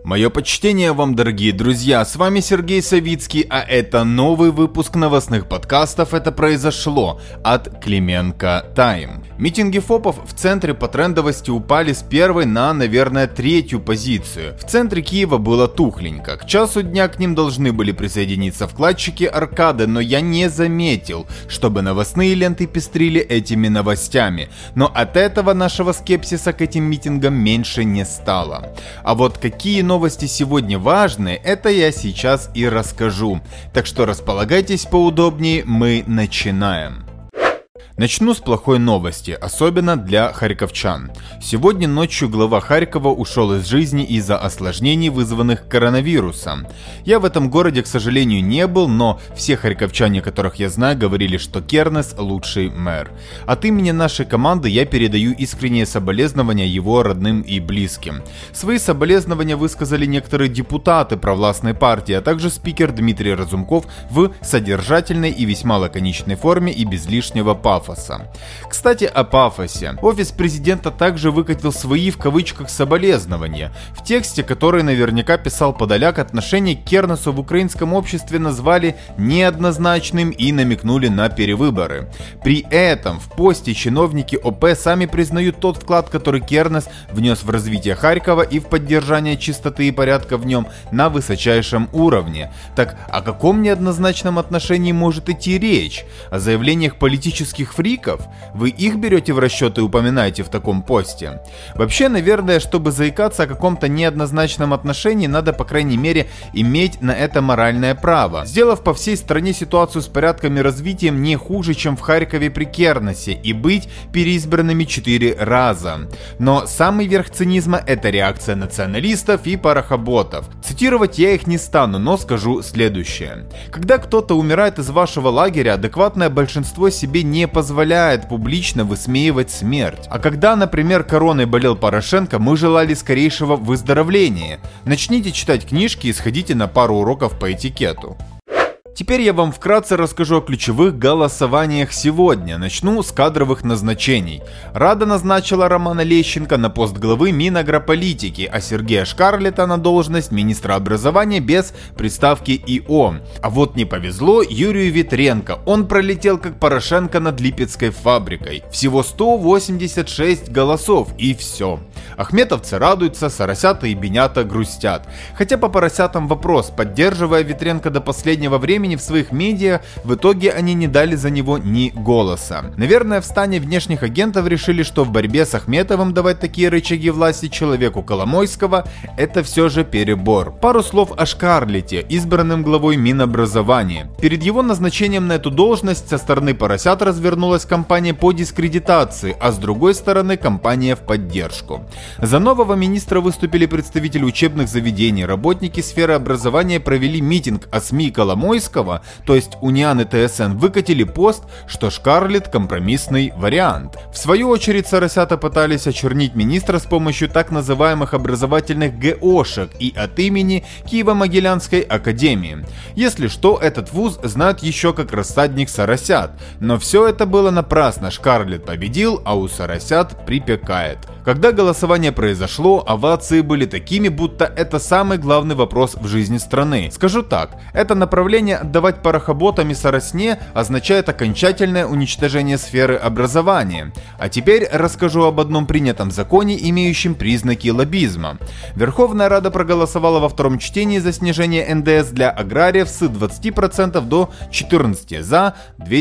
Мое почтение вам, дорогие друзья, с вами Сергей Савицкий, а это новый выпуск новостных подкастов «Это произошло» от Клименко Тайм. Митинги ФОПов в центре по трендовости упали с первой на, наверное, третью позицию. В центре Киева было тухленько. К часу дня к ним должны были присоединиться вкладчики Аркады, но я не заметил, чтобы новостные ленты пестрили этими новостями. Но от этого нашего скепсиса к этим митингам меньше не стало. А вот какие новости сегодня важны, это я сейчас и расскажу. Так что располагайтесь поудобнее, мы начинаем. Начну с плохой новости, особенно для харьковчан. Сегодня ночью глава Харькова ушел из жизни из-за осложнений, вызванных коронавирусом. Я в этом городе, к сожалению, не был, но все харьковчане, которых я знаю, говорили, что Кернес лучший мэр. От имени нашей команды я передаю искренние соболезнования его родным и близким. Свои соболезнования высказали некоторые депутаты провластной партии, а также спикер Дмитрий Разумков в содержательной и весьма лаконичной форме и без лишнего пафоса. Кстати, о пафосе. Офис президента также выкатил свои в кавычках соболезнования. В тексте, который наверняка писал Подоляк, отношение к Кернесу в украинском обществе назвали неоднозначным и намекнули на перевыборы. При этом в посте чиновники ОП сами признают тот вклад, который Кернес внес в развитие Харькова и в поддержание чистоты и порядка в нем на высочайшем уровне. Так о каком неоднозначном отношении может идти речь? О заявлениях политических фриков? Вы их берете в расчет и упоминаете в таком посте? Вообще, наверное, чтобы заикаться о каком-то неоднозначном отношении, надо, по крайней мере, иметь на это моральное право, сделав по всей стране ситуацию с порядком и развитием не хуже, чем в Харькове при Кернесе, и быть переизбранными 4 раза. Но самый верх цинизма — это реакция националистов и парохоботов. Цитировать я их не стану, но скажу следующее. Когда кто-то умирает из вашего лагеря, адекватное большинство себе не позволяет публично высмеивать смерть. А когда, например, короной болел Порошенко, мы желали скорейшего выздоровления. Начните читать книжки и сходите на пару уроков по этикету. Теперь я вам вкратце расскажу о ключевых голосованиях сегодня. Начну с кадровых назначений. Рада назначила Романа Лещенко на пост главы Минагрополитики, а Сергея Шкарлета на должность министра образования без приставки ИО. А вот не повезло Юрию Витренко. Он пролетел как Порошенко над Липецкой фабрикой. Всего 186 голосов и все. Ахметовцы радуются, соросята и бенята грустят. Хотя по поросятам вопрос, поддерживая Витренко до последнего времени в своих медиа, в итоге они не дали за него ни голоса. Наверное, в стане внешних агентов решили, что в борьбе с Ахметовым давать такие рычаги власти человеку Коломойского — это все же перебор. Пару слов о Шкарлете, избранным главой Минобразования. Перед его назначением на эту должность со стороны поросят развернулась кампания по дискредитации, а с другой стороны кампания в поддержку. За нового министра выступили представители учебных заведений, работники сферы образования провели митинг, а СМИ Коломойского, то есть Униан и ТСН, выкатили пост, что Шкарлет — компромиссный вариант. В свою очередь соросята пытались очернить министра с помощью так называемых образовательных ГОшек и от имени Киево-Могилянской академии. Если что, этот вуз знают еще как рассадник соросят. Но все это было напрасно, Шкарлет победил, а у соросят припекает. Когда голосование произошло, овации были такими, будто это самый главный вопрос в жизни страны. Скажу так, это направление отдавать парохоботам и соросне означает окончательное уничтожение сферы образования. А теперь расскажу об одном принятом законе, имеющем признаки лоббизма. Верховная Рада проголосовала во втором чтении за снижение НДС для аграриев с 20% до 14% за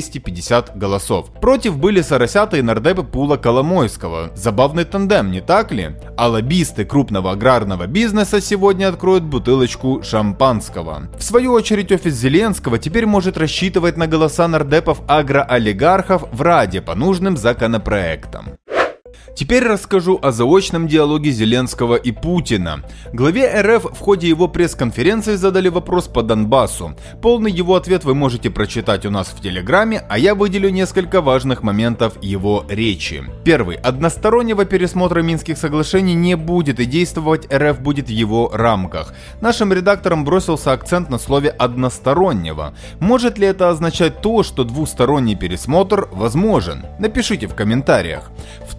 250 голосов. Против были соросята и нардепы пула Коломойского. Забавный тандем, не так ли? А лоббисты крупного аграрного бизнеса сегодня откроют бутылочку шампанского. В свою очередь офис Зеленского теперь может рассчитывать на голоса нардепов агроолигархов в Раде по нужным законопроектам. Теперь расскажу о заочном диалоге Зеленского и Путина. Главе РФ в ходе его пресс-конференции задали вопрос по Донбассу. Полный его ответ вы можете прочитать у нас в Телеграме, а я выделю несколько важных моментов его речи. Первый. Одностороннего пересмотра Минских соглашений не будет, и действовать РФ будет в его рамках. Нашим редакторам бросился акцент на слове «одностороннего». Может ли это означать то, что двусторонний пересмотр возможен? Напишите в комментариях. Второй.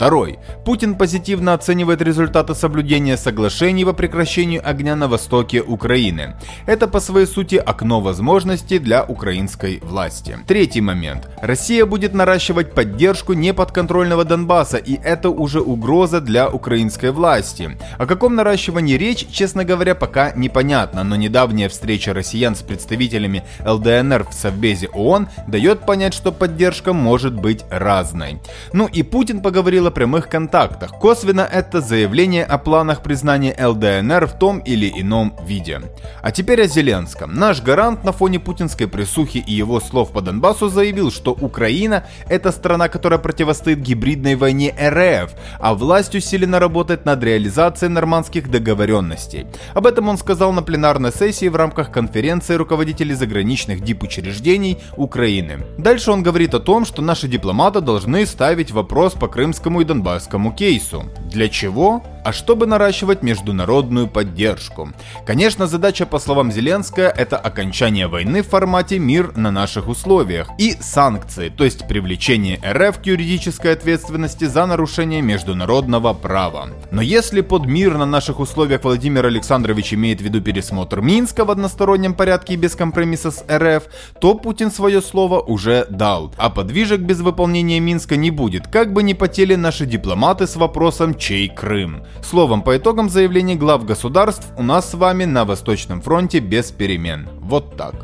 Путин позитивно оценивает результаты соблюдения соглашений по прекращению огня на востоке Украины. Это по своей сути окно возможностей для украинской власти. Третий момент. Россия будет наращивать поддержку неподконтрольного Донбасса, и это уже угроза для украинской власти. О каком наращивании речь, честно говоря, пока непонятно, но недавняя встреча россиян с представителями ЛДНР в Совбезе ООН дает понять, что поддержка может быть разной. Ну и Путин поговорил о прямых контактах. Косвенно это заявление о планах признания ЛДНР в том или ином виде. А теперь о Зеленском. Наш гарант на фоне путинской присухи и его слов по Донбассу заявил, что Украина – это страна, которая противостоит гибридной войне РФ, а власть усиленно работает над реализацией нормандских договоренностей. Об этом он сказал на пленарной сессии в рамках конференции руководителей заграничных дипучреждений Украины. Дальше он говорит о том, что наши дипломаты должны ставить вопрос по крымскому и донбасскому кейсу. Для чего? А чтобы наращивать международную поддержку. Конечно, задача, по словам Зеленского, это окончание войны в формате «мир на наших условиях» и санкции, то есть привлечение РФ к юридической ответственности за нарушение международного права. Но если под «мир на наших условиях» Владимир Александрович имеет в виду пересмотр Минска в одностороннем порядке и без компромисса с РФ, то Путин свое слово уже дал, а подвижек без выполнения Минска не будет, как бы ни потели наши дипломаты с вопросом «чей Крым?». Словом, по итогам заявлений глав государств у нас с вами на Восточном фронте без перемен. Вот так.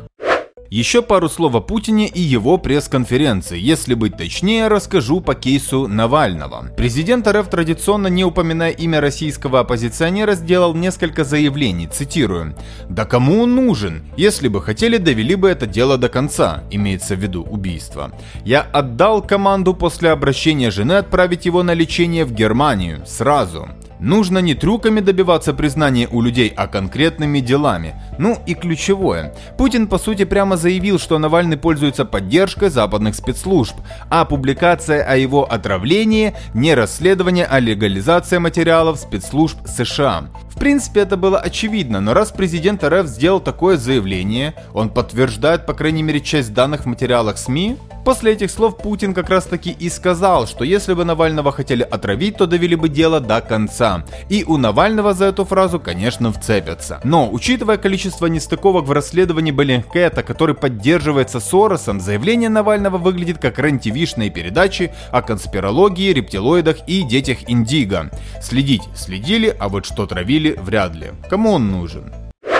Еще пару слов о Путине и его пресс-конференции. Если быть точнее, расскажу по кейсу Навального. Президент РФ, традиционно не упоминая имя российского оппозиционера, сделал несколько заявлений, цитирую: «Да кому он нужен? Если бы хотели, довели бы это дело до конца», имеется в виду убийство. «Я отдал команду после обращения жены отправить его на лечение в Германию. Сразу. Нужно не трюками добиваться признания у людей, а конкретными делами». Ну и ключевое. Путин по сути прямо заявил, что Навальный пользуется поддержкой западных спецслужб, а публикация о его отравлении не расследование, а легализация материалов спецслужб США. В принципе, это было очевидно, но раз президент РФ сделал такое заявление, он подтверждает, по крайней мере, часть данных в материалах СМИ. После этих слов Путин как раз таки и сказал, что если бы Навального хотели отравить, то довели бы дело до конца. И у Навального за эту фразу, конечно, вцепятся. Но, учитывая количество нестыковок в расследовании Беллингкэта, который поддерживается Соросом, заявление Навального выглядит как рен-тивишные передачи о конспирологии, рептилоидах и детях Индиго. Следить следили, а вот что травили вряд ли. Кому он нужен?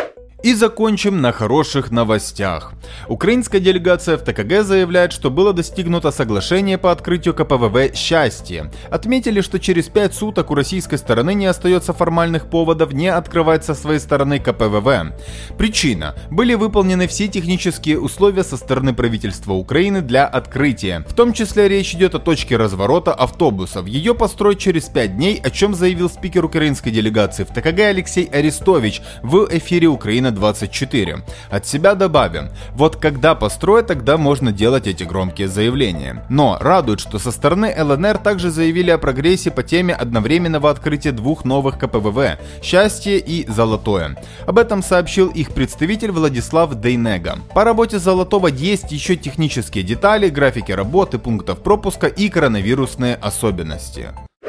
И закончим на хороших новостях. Украинская делегация в ТКГ заявляет, что было достигнуто соглашение по открытию КПВВ «Счастье». Отметили, что через 5 суток у российской стороны не остается формальных поводов не открывать со своей стороны КПВВ. Причина. Были выполнены все технические условия со стороны правительства Украины для открытия. В том числе речь идет о точке разворота автобусов. Ее построить через 5 дней, о чем заявил спикер украинской делегации в ТКГ Алексей Арестович в эфире «Украина-24». От себя добавим, вот когда построят, тогда можно делать эти громкие заявления. Но радует, что со стороны ЛНР также заявили о прогрессе по теме одновременного открытия 2 новых КПВВ – «Счастье» и «Золотое». Об этом сообщил их представитель Владислав Дейнега. По работе «Золотого» есть еще технические детали, графики работы, пунктов пропуска и коронавирусные особенности.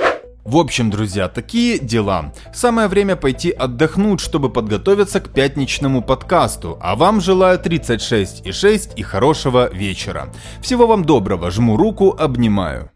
В общем, друзья, такие дела. Самое время пойти отдохнуть, чтобы подготовиться к пятничному подкасту. А вам желаю 36,6 и хорошего вечера. Всего вам доброго, жму руку, обнимаю.